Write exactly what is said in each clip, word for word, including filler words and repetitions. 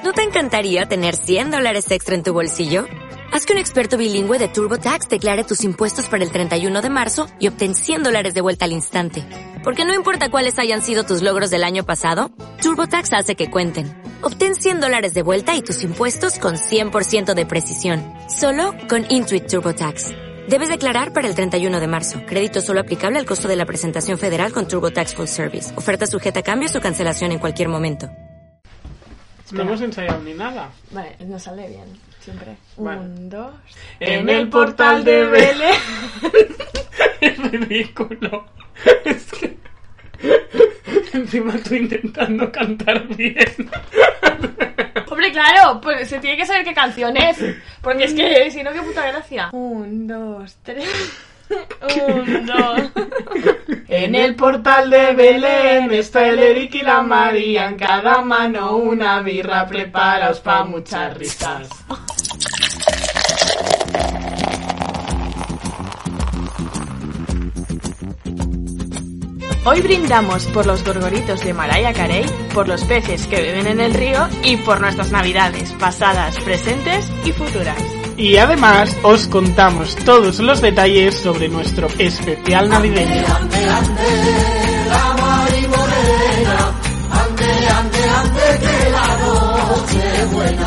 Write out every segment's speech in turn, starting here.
¿No te encantaría tener cien dólares extra en tu bolsillo? Haz que un experto bilingüe de TurboTax declare tus impuestos para el treinta y uno de marzo y obtén cien dólares de vuelta al instante. Porque no importa cuáles hayan sido tus logros del año pasado, TurboTax hace que cuenten. Obtén cien dólares de vuelta y tus impuestos con cien por ciento de precisión. Solo con Intuit TurboTax. Debes declarar para el treinta y uno de marzo. Crédito solo aplicable al costo de la presentación federal con TurboTax Full Service. Oferta sujeta a cambios o cancelación en cualquier momento. No hemos ensayado ni nada. Vale, nos sale bien, siempre. Vale. Un, dos... En el portal de Belén. Es ridículo. Es que... Encima tú intentando cantar bien. Hombre, claro, pues se tiene que saber qué canción es. Porque es que, si no, qué puta gracia. Un, dos, tres... Un, dos... En el portal de Belén está el Eric y la María. En cada mano una birra, preparaos pa' muchas risas. Hoy brindamos por los gorgoritos de Mariah Carey, por los peces que beben en el río y por nuestras navidades, pasadas, presentes y futuras. Y además os contamos todos los detalles sobre nuestro especial navideño. Ande, ande, ande, la marimorena, ande, ande, ande, que la noche es buena.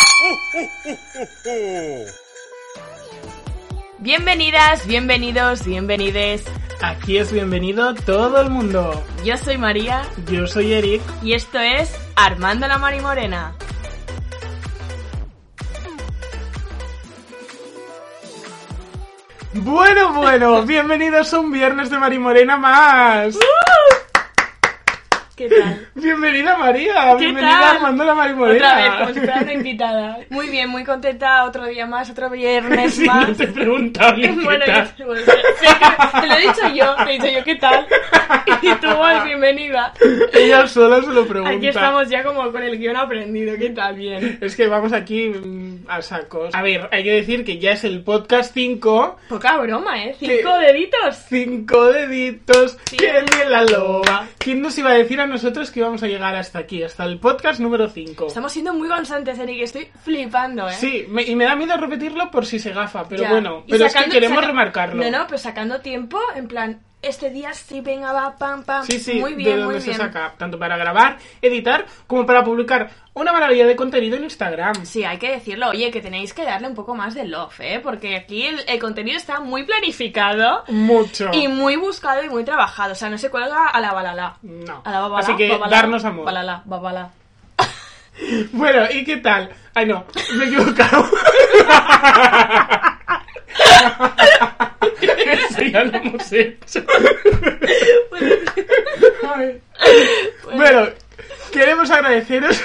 Bienvenidas, bienvenidos, bienvenides. Aquí es bienvenido todo el mundo. Yo soy María. Yo soy Eric. Y esto es Armando la Marimorena. Bueno, bueno, bienvenidos a un viernes de Marimorena más. ¿Qué tal? Bienvenida María, ¿Qué bienvenida tal? Armando la Marimorena. Otra vez, como si fuera una invitada. Muy bien, muy contenta, otro día más, otro viernes Sí, más. no te he preguntado ni Bueno, qué tal. yo- bueno, sí, que te lo he dicho yo, te he dicho yo, ¿qué tal? Y tú, ay, bienvenida. Ella sola se lo pregunta. Aquí estamos ya como con el guión aprendido, ¿qué tal? Bien. Es que vamos aquí mm, a sacos. A ver, hay que decir que ya es el podcast cinco. Poca broma, ¿eh? Cinco ¿Qué? deditos. Cinco deditos, Sí. que bien la loba. ¿Quién nos iba a decir a nosotros que íbamos a llegar hasta aquí, hasta el podcast número cinco? Estamos siendo muy constantes, Eric, estoy flipando, ¿eh? Sí, me- y me da miedo repetirlo por si se gafa, pero Ya. bueno, Y pero es que sacando- queremos saca- remarcarlo. No, no, pero sacando tiempo, en plan, este día sí, venga, va, pam, pam. Sí, sí, muy bien, de muy donde se bien. saca, tanto para grabar, editar, como para publicar una maravilla de contenido en Instagram. Sí, hay que decirlo. Oye, que tenéis que darle un poco más de love, ¿eh? Porque aquí el, el contenido está muy planificado Mucho. y muy buscado y muy trabajado. O sea, no se cuelga a la balala. No. A la babala, Así que babala, darnos amor. Balala, babala. Bueno, ¿y qué tal? Ay, no, me he equivocado. Eso ya lo hemos hecho. Ay. Bueno, queremos agradeceros.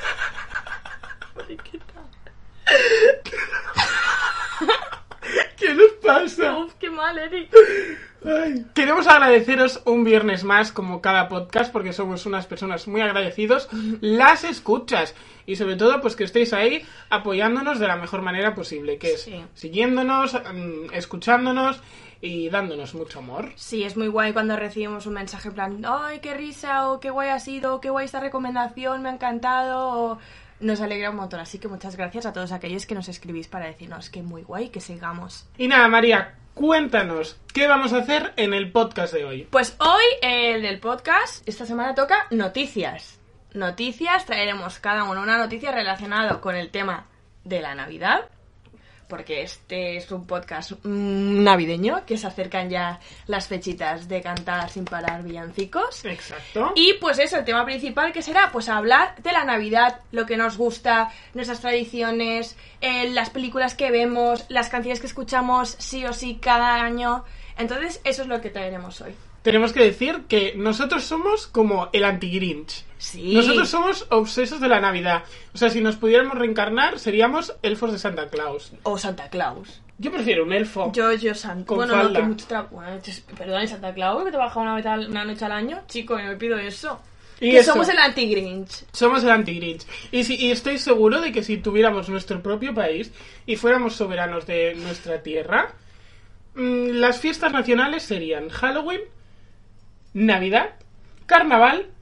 ¿Qué nos pasa? Uf, qué mal, Eric. Ay. Queremos agradeceros un viernes más, como cada podcast, porque somos unas personas muy agradecidos, las escuchas. Y sobre todo, pues que estéis ahí apoyándonos de la mejor manera posible, que es Sí. siguiéndonos, mm, escuchándonos y dándonos mucho amor. Sí, es muy guay cuando recibimos un mensaje en plan, ay, qué risa, o qué guay ha sido, o qué guay esta recomendación, me ha encantado, o... Nos alegra un montón, así que muchas gracias a todos aquellos que nos escribís para decirnos que muy guay, que sigamos. Y nada, María, cuéntanos, ¿qué vamos a hacer en el podcast de hoy? Pues hoy, eh, en el podcast, esta semana toca noticias. Noticias, traeremos cada uno una noticia relacionada con el tema de la Navidad, porque este es un podcast mm, navideño, que se acercan ya las fechitas de cantar sin parar villancicos. Exacto. Y pues eso, el tema principal que será, pues hablar de la Navidad, lo que nos gusta, nuestras tradiciones, eh, las películas que vemos, las canciones que escuchamos sí o sí cada año. Entonces eso es lo que traeremos hoy. Tenemos que decir que nosotros somos como el anti-Grinch. Sí. Nosotros somos obsesos de la Navidad. O sea, si nos pudiéramos reencarnar, seríamos elfos de Santa Claus. O Santa Claus. Yo prefiero un elfo. Yo, yo, Santa... Con Bueno, no, falda. que mucho tra... Bueno, es- perdón, Santa Claus, que te baja una, vez al- una noche al año. Chico, yo me pido eso. Y Que eso. somos el anti-Grinch. Somos el anti-Grinch. Y, si, y estoy seguro de que si tuviéramos nuestro propio país y fuéramos soberanos de nuestra tierra, mmm, las fiestas nacionales serían Halloween, Navidad, Carnaval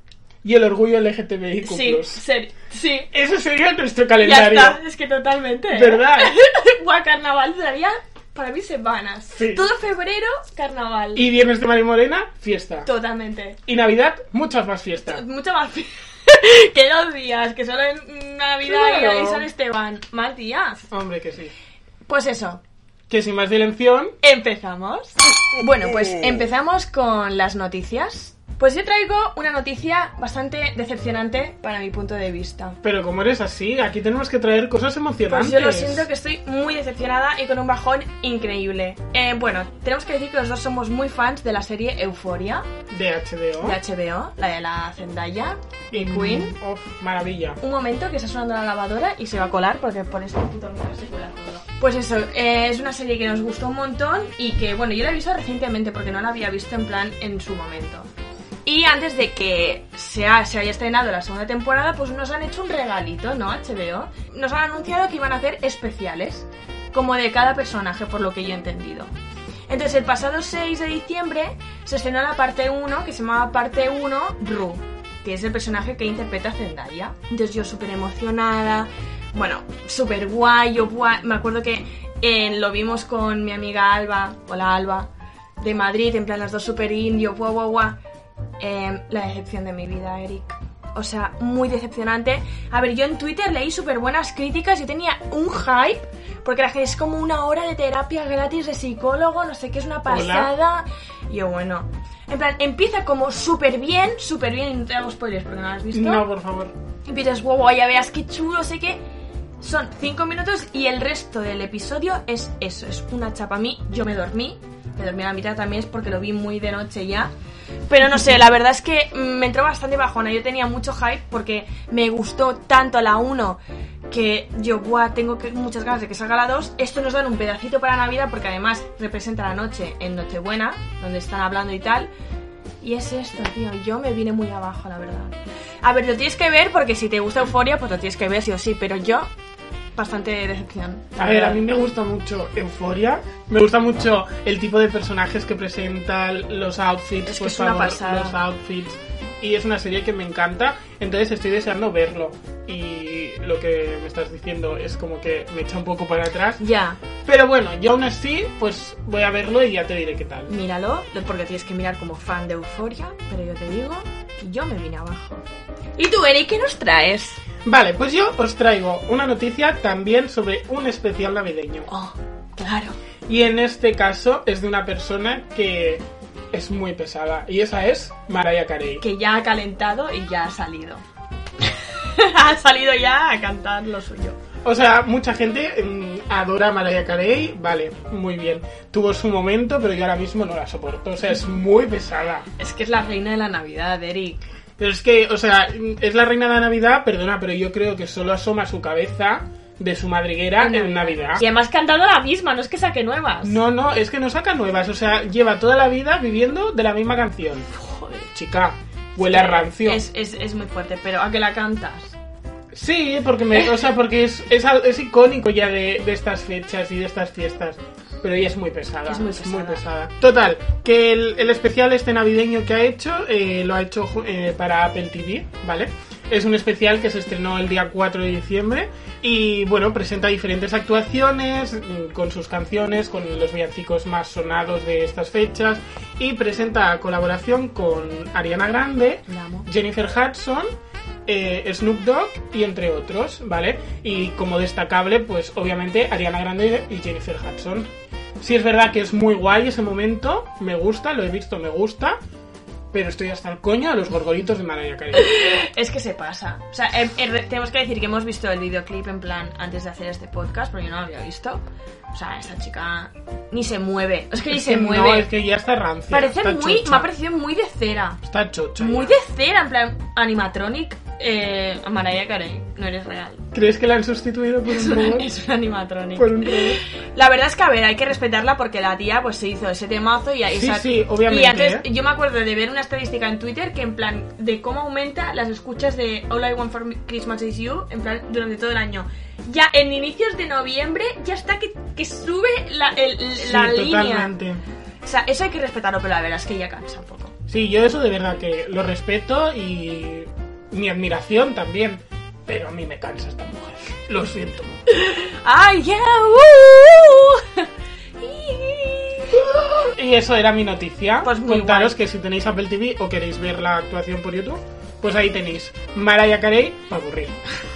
y el orgullo L G T B I Q Sí, plus. ser, sí. Eso sería nuestro Ya calendario. está, es que totalmente. ¿eh? ¿Verdad? Buah, carnaval duraría para mí semanas. Sí. Todo febrero, carnaval. Y viernes de Mari Morena, fiesta. Totalmente. Y Navidad, muchas más fiestas. Mucho más fi- que dos días, que solo en Navidad Claro. y San Esteban. Más días. Hombre, que sí. Pues eso, Que sin más dilación, empezamos. Bueno, pues empezamos con las noticias. Pues yo traigo una noticia bastante decepcionante para mi punto de vista. pero como eres así, aquí tenemos que traer cosas emocionantes. Pues yo lo siento que estoy muy decepcionada y con un bajón increíble. Eh, bueno, tenemos que decir que los dos somos muy fans de la serie Euphoria De H B O. de H B O, la de la Zendaya y Mm, Queen. Uf, maravilla. Un momento que está sonando la lavadora y se va a colar porque por este puto micro se cuela todo. Pues eso, eh, es una serie que nos gustó un montón y que, bueno, yo la he visto recientemente porque no la había visto en plan en su momento. Y antes de que se, ha- se haya estrenado la segunda temporada, pues nos han hecho un regalito, ¿no? H B O. Nos han anunciado que iban a hacer especiales, como de cada personaje, por lo que yo he entendido. Entonces, el pasado seis de diciembre se estrenó la parte uno, que se llamaba parte uno Rue, que es el personaje que interpreta a Zendaya. Entonces yo súper emocionada, bueno, súper guay, yo guay. Me acuerdo que eh, lo vimos con mi amiga Alba, hola Alba, de Madrid, en plan las dos súper indio, guau, guau, guau. Eh, la decepción de mi vida, Eric. O sea, muy decepcionante. A ver, yo en Twitter leí súper buenas críticas. Yo tenía un hype, porque la gente es como una hora de terapia gratis de psicólogo, no sé qué, es una pasada. Y yo, bueno, en plan, empieza como súper bien, súper bien, y no te hago spoilers porque no lo has visto. No, por favor. Empiezas, wow, wow, ya veas qué chulo, sé qué. Son cinco minutos y el resto del episodio es eso, es una chapa. A mí, yo me dormí, me dormí a la mitad también, es porque lo vi muy de noche ya. Pero no sé, la verdad es que me entró bastante bajona. Yo tenía mucho hype porque me gustó tanto la uno que yo, buah, tengo que, muchas ganas de que salga la dos. Esto nos dan un pedacito para Navidad porque además representa la noche en Nochebuena, donde están hablando y tal. Y es esto, tío, yo me vine muy abajo, la verdad. A ver, lo tienes que ver porque si te gusta Euphoria, pues lo tienes que ver sí o sí, pero yo, bastante decepción. A ver, a mí me gusta mucho Euphoria. Me gusta mucho el tipo de personajes que presentan, los outfits, Es que por es una favor, pasada. los outfits. Y es una serie que me encanta, entonces estoy deseando verlo. Y lo que me estás diciendo es como que me echa un poco para atrás. Ya, Pero bueno, yo aún así, pues voy a verlo y ya te diré qué tal. míralo, porque tienes que mirar como fan de Euphoria, pero yo te digo, yo me vine abajo. ¿Y tú, Eric, qué nos traes? Vale, pues yo os traigo una noticia también sobre un especial navideño. Oh, claro. Y en este caso es de una persona que es muy pesada. Y esa es Mariah Carey. Que ya ha calentado y ya ha salido. Ha salido ya a cantar lo suyo. O sea, mucha gente mm, adora a Mariah Carey. Vale, muy bien. Tuvo su momento, pero yo ahora mismo no la soporto. O sea, es muy pesada. Es que es la reina de la Navidad, Eric. Pero es que, o sea, es la reina de la Navidad, perdona, pero yo creo que solo asoma su cabeza de su madriguera en Navidad. Y además cantando la misma, no es que saque nuevas. No, no, es que no saca nuevas. O sea, lleva toda la vida viviendo de la misma canción. Joder. Chica, huele a rancio. Es, es, es muy fuerte, pero ¿a qué la cantas? Sí, porque me, o sea, porque es, es, al- es icónico ya de, de estas fechas y de estas fiestas. Pero ella es muy pesada. Es muy pesada. pesada. Total, que el, el especial este navideño que ha hecho, eh, lo ha hecho ju- eh, para Apple T V, ¿vale? Es un especial que se estrenó el día cuatro de diciembre y, bueno, presenta diferentes actuaciones mm, con sus canciones, con los villancicos más sonados de estas fechas y presenta colaboración con Ariana Grande, La amo. Jennifer Hudson, eh, Snoop Dogg y entre otros, ¿vale? Y como destacable, pues obviamente Ariana Grande y Jennifer Hudson. Sí es verdad que es muy guay ese momento, me gusta, lo he visto, me gusta, pero estoy hasta el coño de los gorgoritos de Mariah Carey. Es que se pasa. O sea, eh, eh, tenemos que decir que hemos visto el videoclip en plan antes de hacer este podcast, porque yo no lo había visto. O sea, esta chica ni se mueve. Es que ni Es se que mueve. No, es que ya está rancia. Parece está muy. chocha. Me ha parecido muy de cera. Está chocha. Muy ya. de cera, en plan animatronic. Eh, a Mariah Carey, no eres real. ¿Crees que la han sustituido por un robot? Es un animatronic. Por un robot. La verdad es que, a ver, hay que respetarla porque la tía pues se hizo ese temazo y ahí Sí, esa- sí, obviamente, Y antes, ¿eh? yo me acuerdo de ver una estadística en Twitter que en plan de cómo aumenta las escuchas de All I Want for Christmas Is You, en plan durante todo el año. Ya en inicios de noviembre ya está que, que sube la, el- Sí, la línea. totalmente. O sea, eso hay que respetarlo, pero la verdad es que ya cansa un poco. Sí, yo eso de verdad que lo respeto y mi admiración también. Pero a mí me cansa esta mujer. Lo siento. ¡Ay, ya! Y eso era mi noticia. Pues muy Contaros guay. que si tenéis Apple T V o queréis ver la actuación por YouTube, pues ahí tenéis Mariah Carey para aburrir.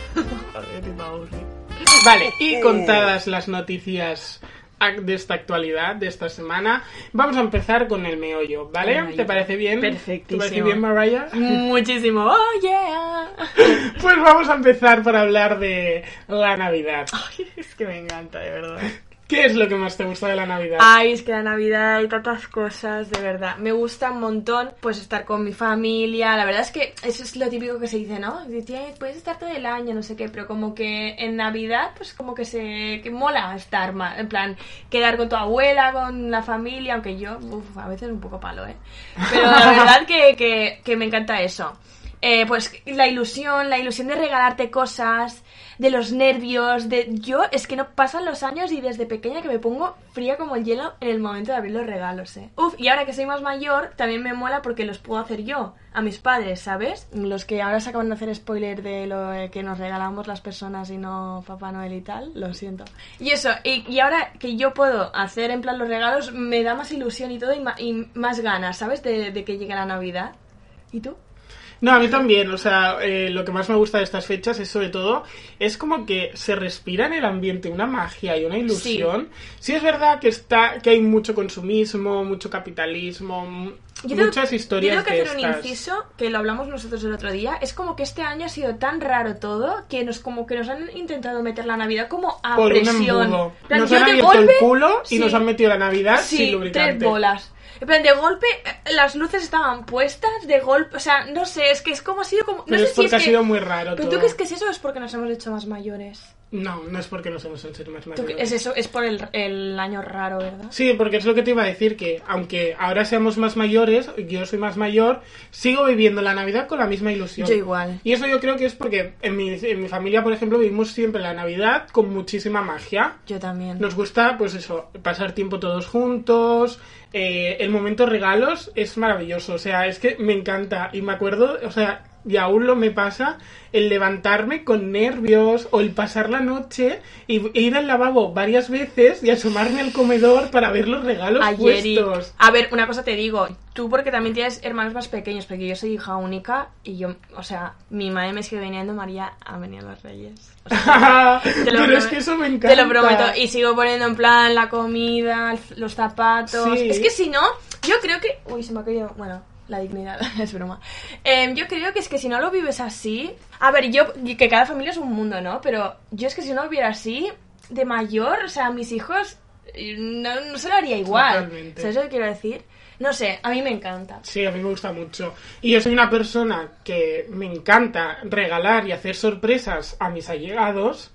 Vale, y contadas las noticias de esta actualidad, de esta semana, vamos a empezar con el meollo, ¿vale? El meollo. ¿Te parece bien? Perfectísimo. ¿Te parece bien, Mariah? Muchísimo. ¡Oh, yeah! Pues vamos a empezar por hablar de la Navidad. Ay, es que me encanta, de verdad. ¿Qué es lo que más te gusta de la Navidad? Ay, es que la Navidad hay tantas cosas, de verdad. Me gusta un montón, pues, estar con mi familia. La verdad es que eso es lo típico que se dice, ¿no? Dice, puedes estar todo el año, no sé qué, pero como que en Navidad, pues, como que se... que mola estar más, en plan, quedar con tu abuela, con la familia, aunque yo, uf, a veces un poco palo, ¿eh? Pero la verdad que, que, que me encanta eso. Eh, pues la ilusión, la ilusión de regalarte cosas, de los nervios, de yo es que no pasan los años y desde pequeña que me pongo fría como el hielo en el momento de abrir los regalos, eh. Uf, y ahora que soy más mayor también me mola porque los puedo hacer yo a mis padres, ¿sabes? Los que ahora se acaban de hacer spoiler de lo eh, que nos regalamos las personas y no Papá Noel y tal, lo siento. Y eso, y, y ahora que yo puedo hacer en plan los regalos me da más ilusión y todo y, ma, y más ganas, ¿sabes? De, de que llegue la Navidad. ¿Y tú? No, a mí también, o sea, eh, lo que más me gusta de estas fechas es sobre todo, es como que se respira en el ambiente una magia y una ilusión. Sí, sí es verdad que está que hay mucho consumismo, mucho capitalismo, yo muchas tengo, historias yo tengo que de hacer estas. un inciso, que lo hablamos nosotros el otro día, es como que este año ha sido tan raro todo, que nos como que nos han intentado meter la Navidad como a Por presión. un embudo. En plan, Nos yo han de abierto golpe, el culo y sí, nos han metido la Navidad sí, sin lubricante. tres bolas. En plan, de golpe, eh, las luces estaban puestas, de golpe, o sea, no sé, es que es como ha sido como... No Pero sé es si porque es ha que, sido muy raro ¿pero todo. tú crees que es eso o es porque nos hemos hecho más mayores? No, no es porque nos hemos hecho más ¿Tú mayores. qué- es eso, es por el, el año raro, ¿verdad? Sí, porque es lo que te iba a decir, que aunque ahora seamos más mayores, yo soy más mayor, sigo viviendo la Navidad con la misma ilusión. Yo igual. Y eso yo creo que es porque en mi, en mi familia, por ejemplo, vivimos siempre la Navidad con muchísima magia. Yo también. Nos gusta, pues eso, pasar tiempo todos juntos. Eh, el momento regalos es maravilloso. O sea, es que me encanta. Y me acuerdo, o sea, y aún lo me pasa el levantarme con nervios o el pasar la noche y e ir al lavabo varias veces y asomarme al comedor para ver los regalos Ayer y- puestos. A ver, una cosa te digo, tú porque también tienes hermanos más pequeños, porque yo soy hija única y yo, o sea, mi madre me sigue viniendo, María, ha venido los reyes. O sea, te lo Pero es promet- que eso me encanta. Te lo prometo, y sigo poniendo en plan la comida, el- los zapatos. Sí. Es que si no, yo creo que... Uy, se me ha caído... Bueno, la dignidad, es broma. Eh, yo creo que es que si no lo vives así... A ver, yo... Que cada familia es un mundo, ¿no? Pero yo es que si no lo viviera así, de mayor, o sea, mis hijos... eh, No, no se lo haría igual. Totalmente. ¿Sabes lo que quiero decir? No sé, a mí me encanta. Sí, a mí me gusta mucho. Y yo soy una persona que me encanta regalar y hacer sorpresas a mis allegados.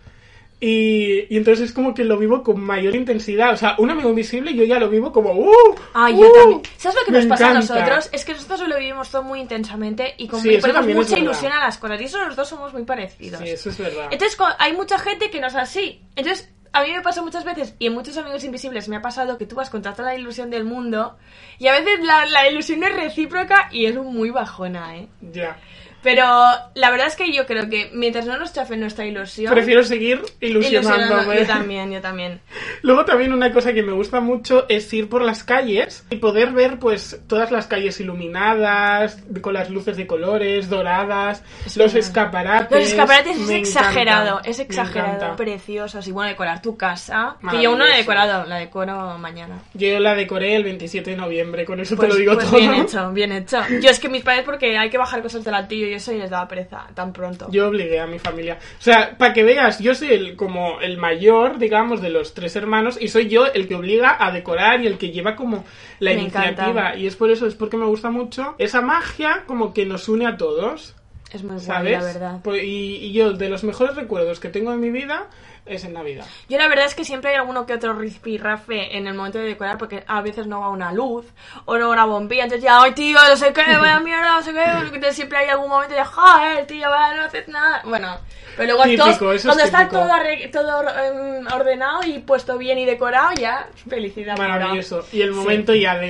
Y, y entonces es como que lo vivo con mayor intensidad. O sea, un amigo invisible yo ya lo vivo como ¡uh! Ay, ¡uh! yo también. ¿Sabes lo que Me nos pasa a encanta. nosotros? Es que nosotros lo vivimos todo muy intensamente y como Sí, le eso ponemos también es mucha verdad. ilusión a las cosas. Y eso los dos somos muy parecidos. Sí, eso es verdad. Entonces co- hay mucha gente que no es así. Entonces a mí me pasa muchas veces, y en muchos amigos invisibles me ha pasado, que tú vas con toda la ilusión del mundo y a veces la, la ilusión no es recíproca y es muy bajona, ¿eh? Ya. Pero la verdad es que yo creo que mientras no nos chafen nuestra ilusión... Prefiero seguir ilusionándome. Yo también, yo también. Luego también una cosa que me gusta mucho es ir por las calles y poder ver pues todas las calles iluminadas, con las luces de colores, doradas, Es los verdad. escaparates. Los escaparates es Me exagerado, encanta, es me exagerado, encanta. preciosos. Y bueno, decorar tu casa, que yo aún no la he decorado, la decoro mañana. Yo la decoré el veintisiete de noviembre, con eso Pues, te lo digo pues todo. bien hecho, bien hecho. Yo es que mis padres, porque hay que bajar cosas del altillo y eso, y les daba pereza tan pronto. Yo obligué a mi familia. O sea, para que veas, yo soy el, como el mayor, digamos, de los tres hermanos y soy yo el que obliga a decorar y el que lleva como la Me iniciativa. encanta. Y es por eso, es porque me gusta mucho esa magia como que nos une a todos. Es muy guay, ¿Sabes? la verdad. Pues, y, y yo, de los mejores recuerdos que tengo en mi vida, es en Navidad. Yo la verdad es que siempre hay alguno que otro rifirrafe en el momento de decorar, porque a veces no va una luz o no va una bombilla, entonces ya, ay tío, no sé qué, vaya mierda, no sé qué, entonces siempre hay algún momento de, joder, tío, vaya, no haces nada. Bueno, pero luego Típico, todos, eso es cuando está típico. todo, arre- todo em, ordenado y puesto bien y decorado, ya, felicidad. pura. Maravilloso. Y el Sí. momento ya de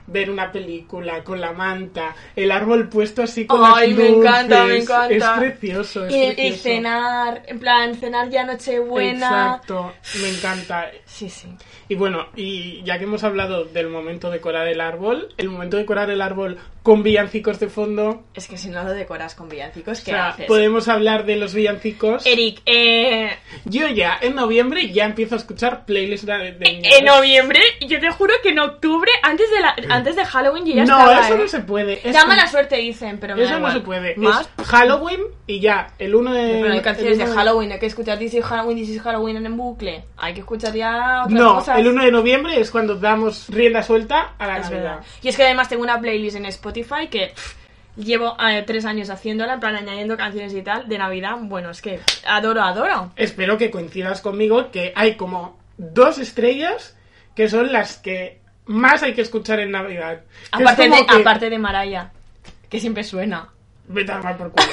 ver una película con la manta, el árbol puesto así con Ay, las me luces. encanta, me encanta. Es precioso, es Y, precioso. y cenar, en plan, cenar ya Nochebuena. Exacto, me encanta. Sí, sí. Y bueno, y ya que hemos hablado del momento de decorar el árbol, el momento de decorar el árbol con villancicos de fondo. Es que si no lo decoras con villancicos, O ¿qué sea, haces? podemos hablar de los villancicos. Eric, eh... Yo ya, en noviembre, ya empiezo a escuchar playlists de, de En noviembre, yo te juro que en octubre, antes de la, antes de Halloween, yo ya No, estaba, eso ¿eh? no se puede. Es Da como- mala suerte, dicen, pero me da Eso no igual. se puede. ¿Más? Es Halloween y ya, el uno de... Pero no hay canciones el de uno Halloween, hay que escuchar This is Halloween, This is Halloween en bucle. Hay que escuchar ya otras No, cosas. el uno de noviembre es cuando damos rienda suelta a la Es Navidad. verdad. Y es que además tengo una playlist en Spotify que pff, llevo eh, tres años haciéndola, en plan añadiendo canciones y tal, de Navidad. Bueno, es que adoro, adoro. Espero que coincidas conmigo que hay como dos estrellas que son las que más hay que escuchar en Navidad. Que Aparte es de, como que- aparte de Mariah, que siempre suena. Vete a tomar por culo.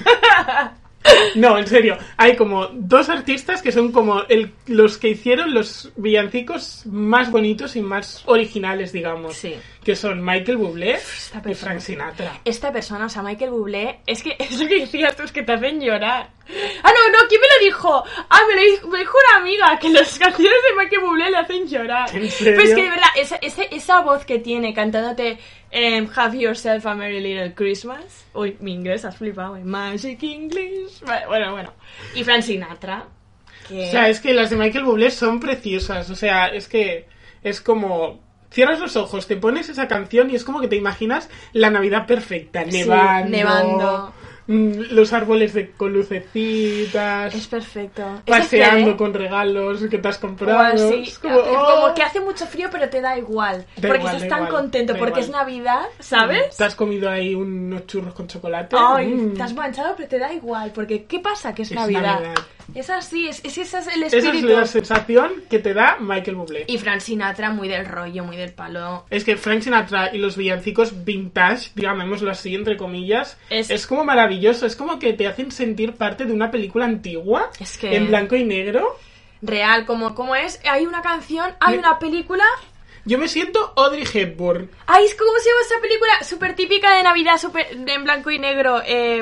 No, en serio, hay como dos artistas que son como el, los que hicieron los villancicos más bonitos y más originales, digamos. Sí. Que son Michael Bublé Esta y persona. Frank Sinatra. Esta persona, o sea, Michael Bublé, es que es lo que decías tú, es que te hacen llorar. Ah, no, no, ¿quién me lo dijo? Ah, me lo dijo, me dijo una amiga, que las canciones de Michael Bublé le hacen llorar. ¿En serio? Pero es que de verdad, esa, esa, esa voz que tiene cantándote em, Have Yourself a Merry Little Christmas. Uy, mi inglés has flipado, eh. Magic English. Bueno, bueno. Y Frank Sinatra. Que... O sea, es que las de Michael Bublé son preciosas. O sea, es que es como... Cierras los ojos, te pones esa canción y es como que te imaginas la Navidad perfecta. Sí, Nevando. nevando. mm, Los árboles de, con lucecitas. Es perfecto. Paseando Es de con regalos que te has O comprado. así, Es como, oh. como que hace mucho frío pero te da igual, Da porque igual, estás da tan igual, contento da porque igual. es Navidad, ¿sabes? Te has comido ahí unos churros con chocolate. Ay, Mm. te has manchado pero te da igual, porque ¿qué pasa? Que es, Es Navidad. Navidad. Es así, es, es, ese es el Esa es espíritu. la sensación que te da Michael Bublé. Y Frank Sinatra muy del rollo, muy del palo. Es que Frank Sinatra y los villancicos vintage, digámoslo así, entre comillas, Es- es... como maravilloso. Es como que te hacen sentir parte de una película antigua, Es que- en blanco y negro. Real, como, como es, hay una canción, hay Me- una película. Yo me siento Audrey Hepburn. Ay, es como se llama esa película súper típica de Navidad, súper en blanco y negro. Eh...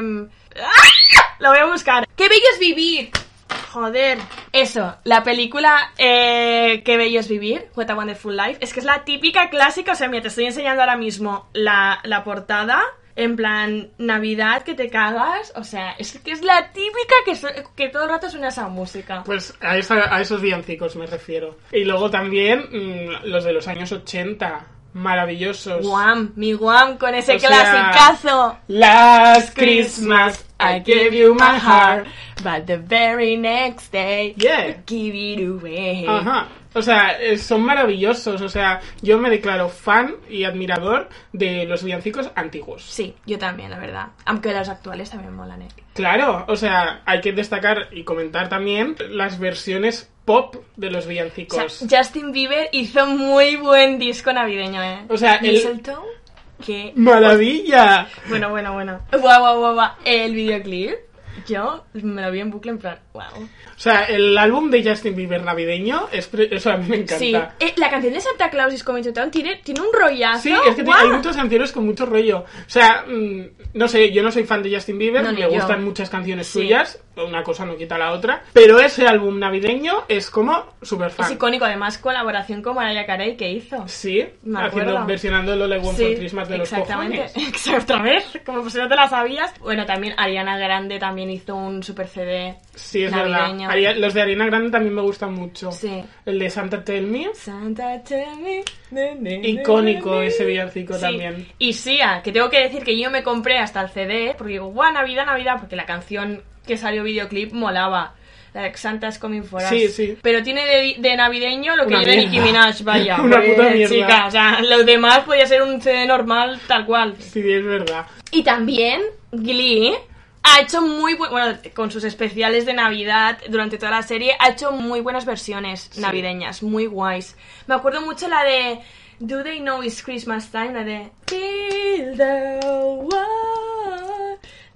¡Ah! La voy a buscar. ¡Qué bello es vivir! Joder. Eso, la película eh, Qué bello es vivir, What a Wonderful Life. Es que es la típica clásica, o sea, mira, te estoy enseñando ahora mismo la, la portada. En plan, Navidad, que te cagas. O sea, es que es la típica que, su- que todo el rato suena esa música. Pues a, esa- a esos villancicos me refiero. Y luego también mm, los de los años ochenta. Maravillosos. Guam, mi guam con ese O sea, clasicazo. Last Christmas I gave you my heart. But the very next day, Yeah. I give it away. Ajá. O sea, eh, son maravillosos. O sea, yo me declaro fan y admirador de los villancicos antiguos. Sí, yo también, la verdad. Aunque los actuales también molan, ¿eh? Claro, o sea, hay que destacar y comentar también las versiones pop de los O villancicos. sea, Justin Bieber hizo muy buen disco navideño, ¿eh? O sea, el- Mistletoe, que... ¡Maravilla! Bueno, bueno, bueno. Guau, guau, guau, guau. El videoclip, yo me lo vi en bucle en plan, wow. O sea, el álbum de Justin Bieber navideño, es pre- eso a mí me encanta. Sí, eh, la canción de Santa Claus is Coming to Town tiene, tiene un rollazo. Sí, es que ¡guau! hay muchas canciones con mucho rollo. O sea, mm, no sé, yo no soy fan de Justin Bieber, No, ni me yo. gustan muchas canciones Sí. suyas, una cosa no quita la otra, pero ese álbum navideño es como super fan. Es icónico, además, colaboración con Mariah Carey que hizo. Sí, Me haciendo, acuerdo. versionando lo de One for Christmas de los exactamente. cojones. Exactamente, como si no te la sabías. Bueno, también Ariana Grande también hizo un super C D Sí, es navideño. verdad. Ari- Los de Ariana Grande también me gustan mucho. Sí. El de Santa Tell Me, Santa tell me, ne, ne, ne, icónico ne. ese villancico Sí. también. Y Sia, que tengo que decir que yo me compré hasta el C D, porque digo, guau, Navidad, Navidad, porque la canción que salió videoclip molaba. La de Santa's Coming for Us. Sí, sí. Pero tiene de, de navideño lo que Una yo de mierda. Nicki Minaj, vaya. Una pues, puta mierda. Chica, o sea, los demás podía ser un C D normal, tal cual. Sí, es verdad. Y también Glee ha hecho muy bu- bueno, con sus especiales de Navidad durante toda la serie, ha hecho muy buenas versiones navideñas, muy guays. Me acuerdo mucho la de Do They Know It's Christmas Time, la de Build a Wall,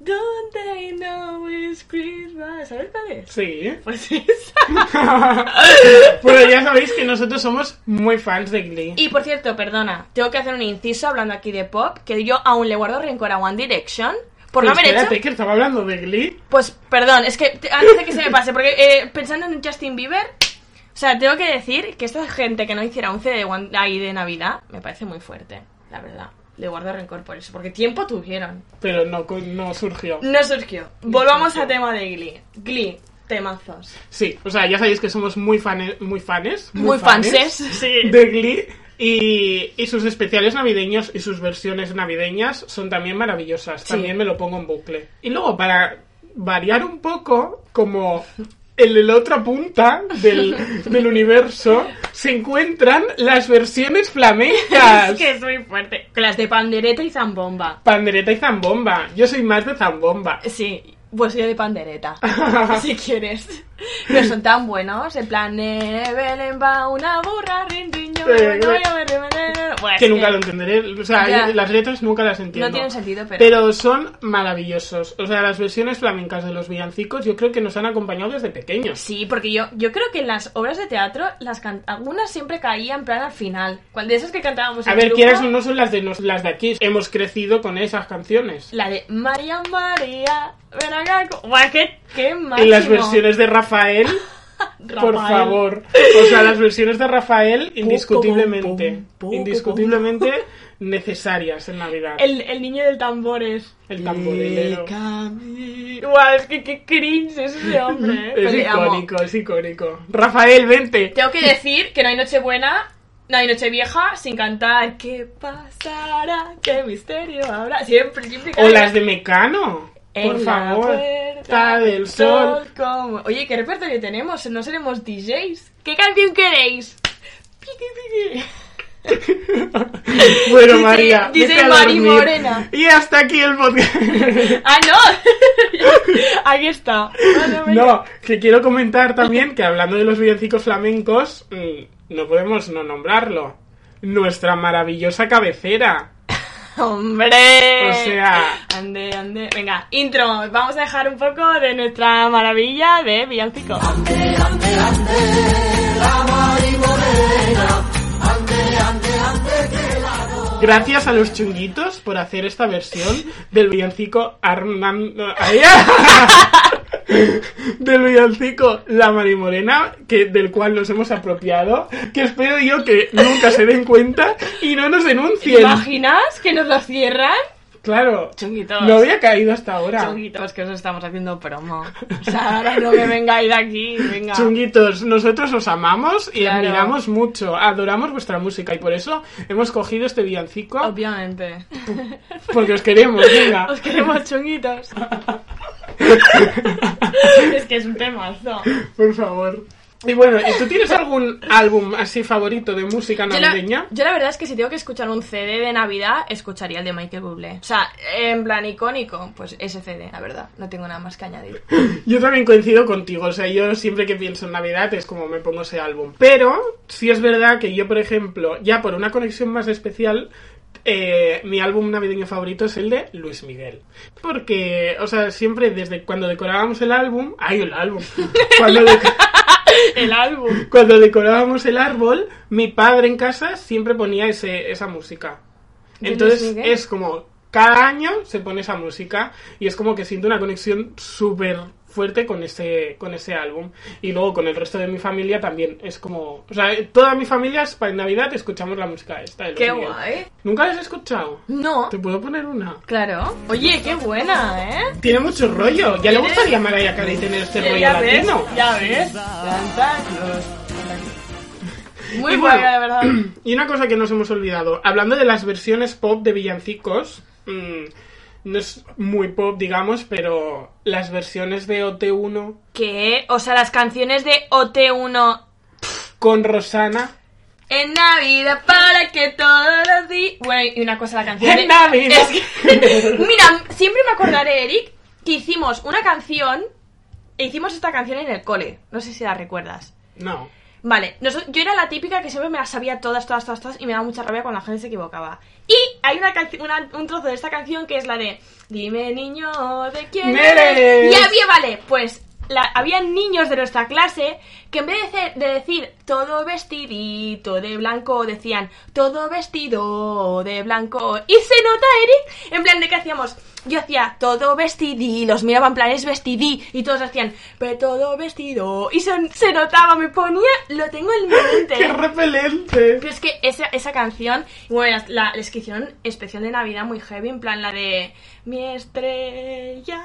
Don't they know it's Christmas? ¿Sabes cuál es? Sí. Pues esa. Bueno, ya sabéis que nosotros somos muy fans de Glee. Y por cierto, perdona, tengo que hacer un inciso hablando aquí de pop, que yo aún le guardo rencor a One Direction por Pero no haber espérate, hecho... que estaba hablando de Glee. Pues perdón, es que te- antes de que se me pase, porque eh, pensando en Justin Bieber, o sea, tengo que decir que esta gente que no hiciera un C D de, One- ahí de Navidad me parece muy fuerte, la verdad. Le guardo rencor por eso, porque tiempo tuvieron. Pero no, no surgió. No surgió. Volvamos surgió. a tema de Glee. Glee, temazos. Sí, o sea, ya sabéis que somos muy fanes, muy fanes, Muy fanses, sí. de Glee. Y, y sus especiales navideños y sus versiones navideñas son también maravillosas. Sí. También me lo pongo en bucle. Y luego, para variar un poco, como en la otra punta del, del universo, se encuentran las versiones flamencas. Es que es muy fuerte. Con las de pandereta y zambomba. Pandereta y zambomba. Yo soy más de zambomba. Sí, pues yo de pandereta, si quieres. Pero son tan buenos, en plan de Belén va una burra, rin, rin, yo me voy, yo me voy, yo me voy. Bueno, es Que nunca lo entenderé. O sea, Ya. las letras nunca las entiendo. No tienen sentido, pero... Pero son maravillosos. O sea, las versiones flamencas de los villancicos yo creo que nos han acompañado desde pequeños. Sí, porque yo, yo creo que en las obras de teatro, las can- algunas siempre caían en plan al final. Cual de esas que cantábamos en A ver, grupo, quieras o no son las de, nos- las de aquí. Hemos crecido con esas canciones. la de María María, ven acá. co- Buah, qué, qué máximo. Y las versiones de Rafael, por Rafael. favor. O sea, las versioes de Rafael, indiscutiblemente, pum, pum, indiscutiblemente necesarias en Navidad. El, el niño del tambores. El tamborilero. Guau, es que qué cringe es ese hombre. ¿eh? Pero Es le amo. icónico, es icónico. Rafael, vente. Tengo que decir que no hay Nochebuena, no hay Nochevieja sin cantar ¿qué pasará? ¿Qué misterio habrá? Siempre, siempre O las de Mecano. En Por la favor. puerta del sol. como- Oye, ¿qué repertorio tenemos? No seremos D Js. ¿Qué canción queréis? Piqui, piqui. Bueno, Dice- María, dice vete a Mari dormir. Morena. Y hasta aquí el podcast. ¡Ah, no! Aquí está. Bueno, venga. No, que quiero comentar también que hablando de los villancicos flamencos, mm, no podemos no nombrarlo. Nuestra maravillosa cabecera. ¡Hombre! O sea... Ande, ande. Venga, intro. Vamos a dejar un poco de nuestra maravilla de villancico. Ande, ande, ande, la Mari Morena. Ande, ande, ande, que la no. Gracias a los chunguitos por hacer esta versión del villancico Armando... ¡Ay! Del villancico La Marimorena, que, del cual nos hemos apropiado, que espero yo que nunca se den cuenta y no nos ¿Te denuncien. imaginas que nos lo cierran? Claro, Chunguitos. no había caído hasta ahora. Chunguitos, que os estamos haciendo promo. O sea, ahora no me vengáis de aquí, venga. Chunguitos, nosotros os amamos y Claro. admiramos mucho, adoramos vuestra música y por eso hemos cogido este villancico Obviamente. porque os queremos, venga. Os queremos chunguitos. Es que es un temazo. Por favor. Y bueno, ¿y tú tienes algún álbum así favorito de música Yo la, navideña? yo la verdad es que si tengo que escuchar un C D de Navidad, escucharía el de Michael Bublé. O sea, en plan icónico, pues ese C D, la verdad. No tengo nada más que añadir. Yo también coincido contigo, o sea, yo siempre que pienso en Navidad es como me pongo ese álbum. Pero sí es verdad que yo, por ejemplo, ya por una conexión más especial, eh, mi álbum navideño favorito es el de Luis Miguel. Porque, o sea, siempre desde cuando decorábamos el álbum... ¡Ay, el álbum! Cuando, de- El álbum. cuando decorábamos el árbol, mi padre en casa siempre ponía ese, esa música. ¿De Entonces Luis Miguel? es como... Cada año se pone esa música y es como que siento una conexión súper fuerte con ese, con ese álbum. Y luego con el resto de mi familia también es como... O sea, toda mi familia es para Navidad escuchamos la música esta. de Luis Qué Miguel. guay. ¿Nunca la has escuchado? No. ¿Te puedo poner una? Claro. Oye, qué buena, ¿eh? Tiene mucho rollo. Ya le ¿Tienes? gustaría a Mariah Carey tener este rollo ya ves, latino. ya ves. Santa Claus. Muy Y buena, bueno, de verdad. Y una cosa que nos hemos olvidado. Hablando de las versiones pop de villancicos... mmm, no es muy pop, digamos, pero las versiones de O T uno ¿Qué? O sea, las canciones de O T uno con Rosana. en Navidad para que todos los días... Bueno, y una cosa, la canción de... En Navidad. Es que- Mira, siempre me acordaré, Eric, que hicimos una canción... e hicimos esta canción en el cole. No sé si la recuerdas. No. Vale, noso- yo era la típica que siempre me las sabía todas, todas, todas, todas y me daba mucha rabia cuando la gente se equivocaba. Y hay una, canci- una un trozo de esta canción que es la de Dime niño, ¿de quién eres? Eres. Y había, vale, pues la, había niños de nuestra clase que en vez de, ce- de decir todo vestidito de blanco, decían todo vestido de blanco. Y se nota, Eric, en plan de que hacíamos... Yo hacía todo vestidí, los miraban en plan es vestidí y todos hacían pero todo vestido y se, se notaba, me ponía, lo tengo en mente. ¡Qué repelente! Pero es que esa, esa canción, bueno, la, la que hicieron especial de Navidad muy heavy, en plan la de mi estrella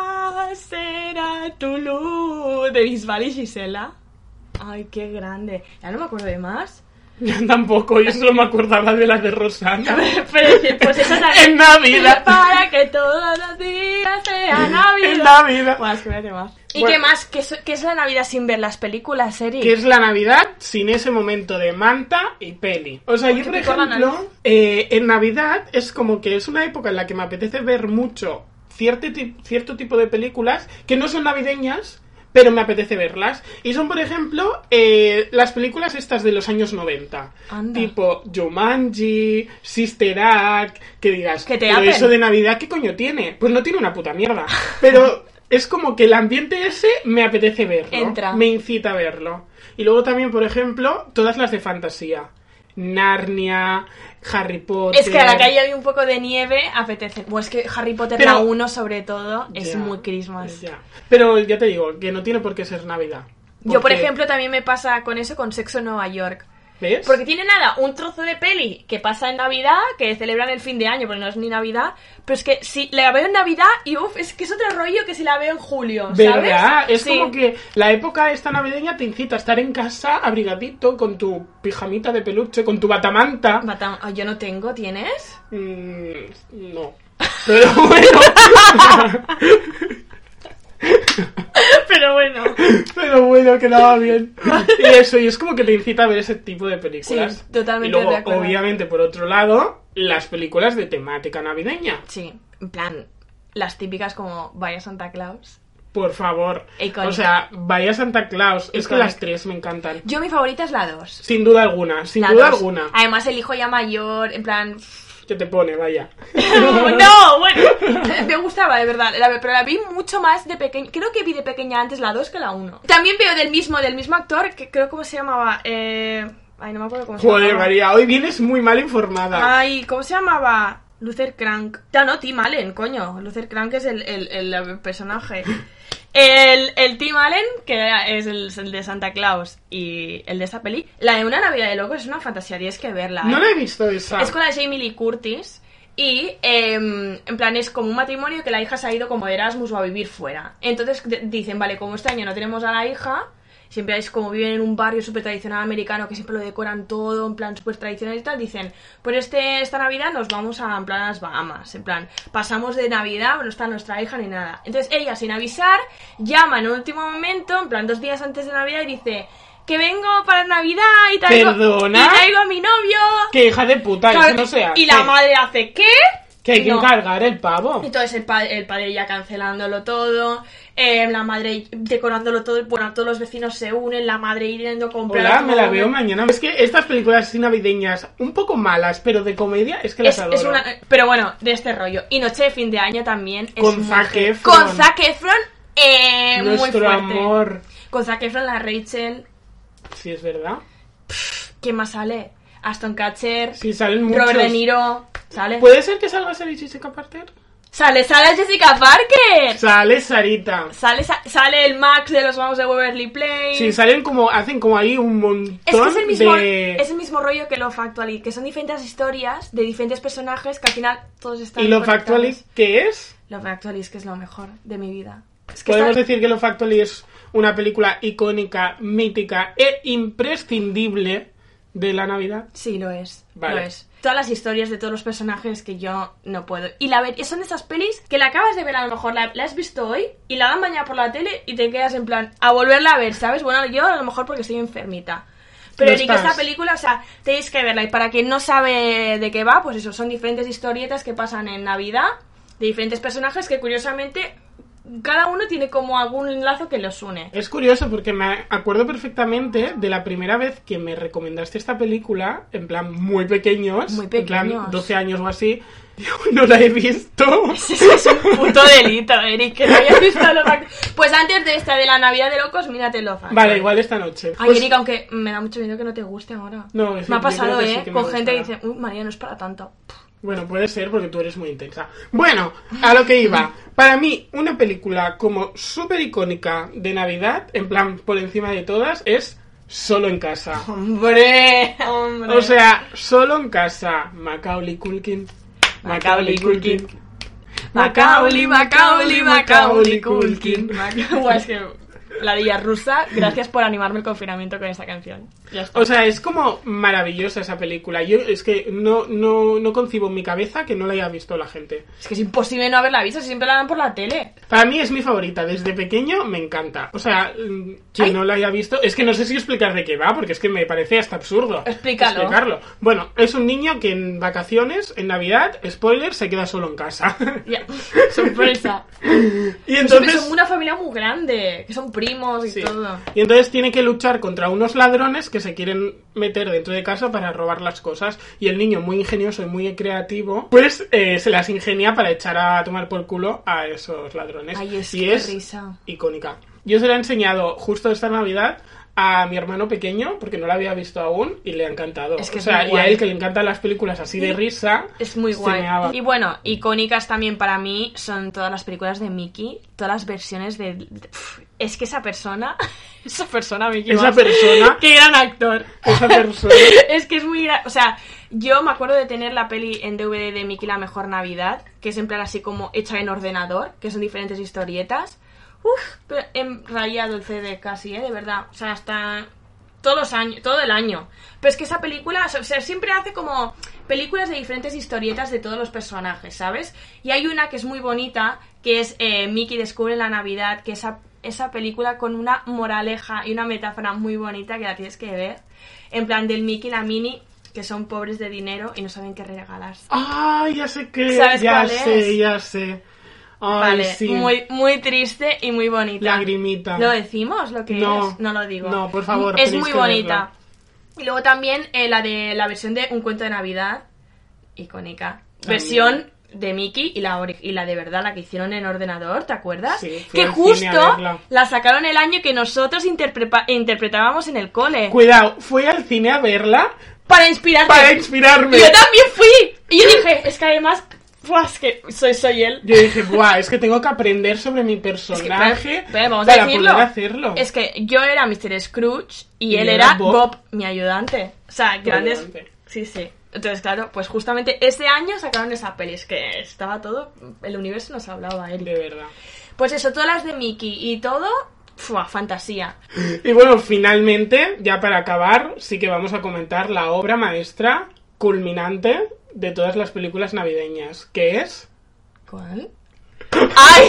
será tu luz, de Bisbal y Gisela. Ay, qué grande. Ya no me acuerdo de más. Yo tampoco, yo solo me acordaba de la de Rosana. Pero decir, pues esa también. En Navidad. Para que todos los días sea Navidad. En Navidad. Bueno, es que me hace más. ¿Y Bueno. qué más? ¿Qué es, qué es la Navidad sin ver las películas, Eric? Que es la Navidad sin ese momento de manta y peli. O sea, Uy, yo qué por pico la ejemplo, nariz. eh, en Navidad es como que es una época en la que me apetece ver mucho cierto, ti- cierto tipo de películas que no son navideñas, pero me apetece verlas. Y son, por ejemplo, eh, las películas estas de los años noventa. Anda. Tipo Jumanji, Sister Act, que digas, Que te pero apen. eso de Navidad, ¿qué coño tiene? Pues no tiene una puta mierda. Pero es como que el ambiente ese me apetece verlo. Entra. Me incita a verlo. Y luego también, por ejemplo, todas las de fantasía. Narnia, Harry Potter... Es que a la que haya un poco de nieve apetece. O es que Harry Potter Pero- la uno sobre todo es Ya, muy Christmas. ya. Pero ya te digo, que no tiene por qué ser Navidad. Yo, por Porque- ejemplo, también me pasa con eso con Sexo en Nueva York. ¿Ves? Porque tiene nada, un trozo de peli que pasa en Navidad, que celebran el fin de año, porque no es ni Navidad, pero es que si la veo en Navidad y uff, es que es otro rollo que si la veo en julio, ¿sabes? ¿Verdad? Es Sí. como que la época esta navideña te incita a estar en casa abrigadito con tu pijamita de peluche, con tu batamanta. Batam- ah, yo no tengo, ¿tienes? Mm, no. Pero bueno. Pero bueno. Pero bueno, quedaba bien. Y eso, y es como que te incita a ver ese tipo de películas. Sí, totalmente Y luego, de acuerdo. obviamente, por otro lado, las películas de temática navideña. Sí, en plan, las típicas como Vaya Santa Claus. Por favor. Iconic. O sea, vaya Santa Claus. Es que Iconic. las tres me encantan. Yo mi favorita es la dos. Sin duda alguna, sin La duda dos. alguna. Además el hijo ya mayor, en plan... Que te pone, vaya. No, bueno, me gustaba de verdad, la- pero la vi mucho más de pequeña. Creo que vi de pequeña antes la dos que la uno. También veo del mismo, del mismo actor, que creo cómo se llamaba. Eh... Ay, no me acuerdo cómo se Joder, llamaba. María, hoy vienes muy mal informada. Ay, ¿cómo se llamaba? Luther Crank. Ya no, Tim Allen, coño. Luther Crank es el, el, el personaje. El, el Tim Allen, que es el, el de Santa Claus y el de esta peli. La de Una Navidad de Locos es una fantasía, tienes que verla. No ¿eh? la he visto esa. Es con la Jamie Lee Curtis. Y em, en plan es como un matrimonio que la hija se ha ido como de Erasmus o a vivir fuera. Entonces d- dicen, vale, como este año no tenemos a la hija, siempre es como viven en un barrio súper tradicional americano que siempre lo decoran todo, en plan súper tradicional y tal, dicen, pues este, esta Navidad nos vamos a, en plan, a las Bahamas, en plan, pasamos de Navidad, no está nuestra hija ni nada. Entonces ella, sin avisar, llama en un último momento, en plan dos días antes de Navidad y dice... Que vengo para Navidad y traigo, ¿Perdona? y traigo a mi novio. Que hija de puta, Claro, eso no se hace. y la madre hace, ¿qué? Que hay que No. encargar el pavo. Entonces el padre, el padre ya cancelándolo todo, eh, la madre decorándolo todo, bueno, todos los vecinos se unen, la madre yendo a comprar. Hola, todo. me la veo mañana. Es que estas películas así navideñas, un poco malas, pero de comedia, es que las Es, adoro. es una, pero bueno, de este rollo. Y Noche de Fin de Año también. Es Con muy Zac heavy. Efron. Con Zac Efron, eh, muy Nuestro fuerte. amor. Con Zac Efron, la Rachel. Sí, es verdad. ¿Quién más sale? Aston Kutcher. Sí, salen muchos. Robert De Niro. ¿Sale? ¿Puede ser que salga Sarah Jessica Parker? Sale, sale Jessica Parker. Sale Sarita. Sale, sa- sale el Max de los Vamos de Waverly Place. Sí, salen como, hacen como ahí un montón Es que es el mismo, de... es el mismo rollo que Love Actually, que son diferentes historias de diferentes personajes que al final todos están ¿Y lo conectados. Factually qué es? Love Actually es que es lo mejor de mi vida. Es que Podemos está- decir que Lo Factually es una película icónica, mítica e imprescindible de la Navidad. Sí, lo es. Vale. Lo es. Todas las historias de todos los personajes que yo no puedo. Y la ver, son esas pelis que la acabas de ver, a lo mejor la, la has visto hoy y la dan mañana por la tele y te quedas en plan a volverla a ver, ¿sabes? Bueno, yo a lo mejor porque estoy enfermita. Pero No ni que estás. esta película, o sea, tenéis que verla. Y para quien no sabe de qué va, pues eso, son diferentes historietas que pasan en Navidad, de diferentes personajes que curiosamente cada uno tiene como algún lazo que los une. Es curioso porque me acuerdo perfectamente de la primera vez que me recomendaste esta película, en plan muy pequeños, Muy pequeños. en plan doce años o así. Yo no la he visto. Ese es un puto delito, Eric, que no hayas visto Love Actually. Pues antes de esta de la Navidad de Locos, mírate Love Actually. Vale, igual esta noche. Ay, Pues- Eric, aunque me da mucho miedo que no te guste ahora. No, es- me ha yo pasado, creo que ¿eh? sí que me Con gente que gustará. dice, uy, María, no es para tanto. Bueno, puede ser porque tú eres muy intensa. Bueno, a lo que iba. Para mí, una película como súper icónica de Navidad, en plan por encima de todas, es Solo en casa. Hombre, hombre. O sea, Solo en casa. Macaulay Culkin. Macaulay Culkin. Macaulay, Macaulay, Macaulay Culkin. Buah, es que la Dilla Rusa, gracias por animarme el confinamiento con esta canción. Ya está. O sea, es como maravillosa esa película. Yo es que no, no, no concibo en mi cabeza que no la haya visto la gente. Es que es imposible no haberla visto, si siempre la dan por la tele. Para mí es mi favorita. Desde pequeño me encanta. O sea, mm, quien Ay. no la haya visto... Es que no sé si explicar de qué va, porque es que me parece hasta absurdo. Explícalo. explicarlo. Bueno, es un niño que en vacaciones, en Navidad, spoiler, se queda solo en casa. Ya, sorpresa. Y Entonces... entonces... Son una familia muy grande, que son primos y Sí. todo. Y entonces tiene que luchar contra unos ladrones que se quieren meter dentro de casa para robar las cosas. Y el niño, muy ingenioso y muy creativo, pues eh, se las ingenia para echar a tomar por culo a esos ladrones. Ay, es y que es risa. icónica. Yo se la he enseñado justo esta Navidad a mi hermano pequeño, porque no la había visto aún, y le ha encantado. Es que o es sea, muy y a guay. él que le encantan las películas así de risa, Es muy se guay. meaba. Y bueno, icónicas también para mí son todas las películas de Mickey, todas las versiones de... de- uf, es que esa persona, esa persona Mickey Esa Mouse, persona, qué gran actor. esa persona... Es que es muy... gra- O sea, yo me acuerdo de tener la peli en D V D de Mickey La Mejor Navidad, que es en plan así como hecha en ordenador, que son diferentes historietas. Uf, pero en rayado el C D casi, ¿eh? De verdad. O sea, hasta... todos los años, todo el año. Pero es que esa película, o sea, siempre hace como películas de diferentes historietas de todos los personajes, ¿sabes? Y hay una que es muy bonita, que es eh, Mickey descubre la Navidad, que esa, esa película con una moraleja y una metáfora muy bonita que la tienes que ver. En plan del Mickey y la Minnie, que son pobres de dinero y no saben qué regalarse. ¡Ay, ya sé qué! ¿Sabes ya cuál sé, es? ya sé. Ay, Vale, sí. muy, muy triste y muy bonita. Lagrimita. ¿Lo decimos lo que No, es? No lo digo. no, por favor, Es tenéis muy que bonita. verla. Y luego también eh, la de la versión de Un cuento de Navidad, icónica. También. Versión de Mickey y la, ori- y la de verdad, la que hicieron en ordenador, ¿te acuerdas? Sí, fui que al cine a justo verla. la sacaron el año que nosotros interprepa- interpretábamos en el cole. Cuidado, fui al cine a verla Para inspirarte. para inspirarme. Y yo también fui. Y yo dije, es que además, ¡buah! Es que soy, soy él. Yo dije, buah, es que tengo que aprender sobre mi Es que, personaje pero- pero vamos a para decirlo. poder hacerlo. Es que yo era mister Scrooge y, Y él yo era era Bob. Bob. mi ayudante. O sea, grandes... ayudante. Sí, sí. Entonces, claro, pues justamente ese año sacaron esa peli. Es que estaba todo... El universo nos hablaba, Eric. De verdad. Pues eso, todas las de Mickey y todo... ¡Fua! Fantasía. Y bueno, finalmente, ya para acabar, sí que vamos a comentar la obra maestra culminante de todas las películas navideñas, que es... ¿Cuál? ¡Ay!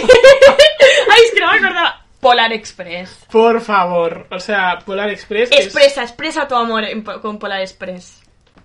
¡Ay, es que no me acordaba! Polar Express. Por favor, o sea, Polar Express es- Expresa, expresa tu amor en po- con Polar Express.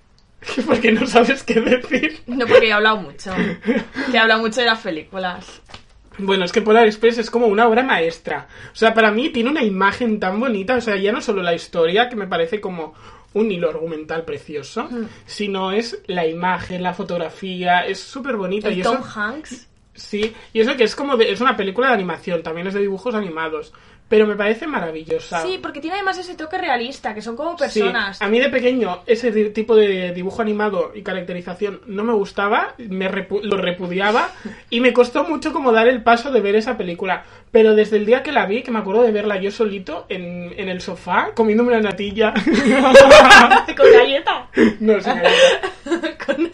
porque no sabes qué decir. No, porque he hablado mucho. Que he hablado mucho de las películas. Bueno, es que Polar Express es como una obra maestra. O sea, para mí tiene una imagen tan bonita. O sea, ya no solo la historia, que me parece como un hilo argumental precioso, Mm. sino es la imagen, la fotografía. Es súper bonita. El y Tom eso, Hanks. sí, y eso que es como de- es una película de animación, también es de dibujos animados. Pero me parece maravillosa. Sí, porque tiene además ese toque realista, que son como Sí, personas. a mí de pequeño ese di- tipo de dibujo animado y caracterización no me gustaba, me repu- lo repudiaba y me costó mucho como dar el paso de ver esa película. Pero desde el día que la vi, que me acuerdo de verla yo solito en, en el sofá, comiéndome una natilla. Con galleta. No, sin galleta. Con...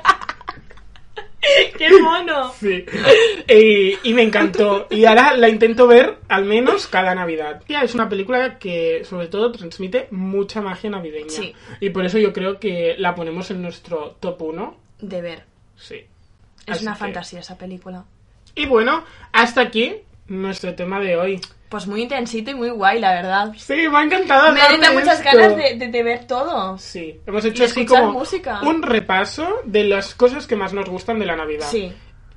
¡Qué mono! Sí. Y, y me encantó. Y ahora la intento ver al menos cada Navidad. Ya, es una película que sobre todo transmite mucha magia navideña. Sí. Y por eso yo creo que la ponemos en nuestro top uno. De ver. Sí. Es Así una que- fantasía esa película. Y bueno, hasta aquí nuestro tema de hoy. Pues muy intensito y muy guay, la verdad. Sí, me ha encantado Me han hablar de muchas esto. ganas de, de, de ver todo. Sí, hemos Y hecho así escuchar como música. un repaso de las cosas que más nos gustan de la Navidad. Sí.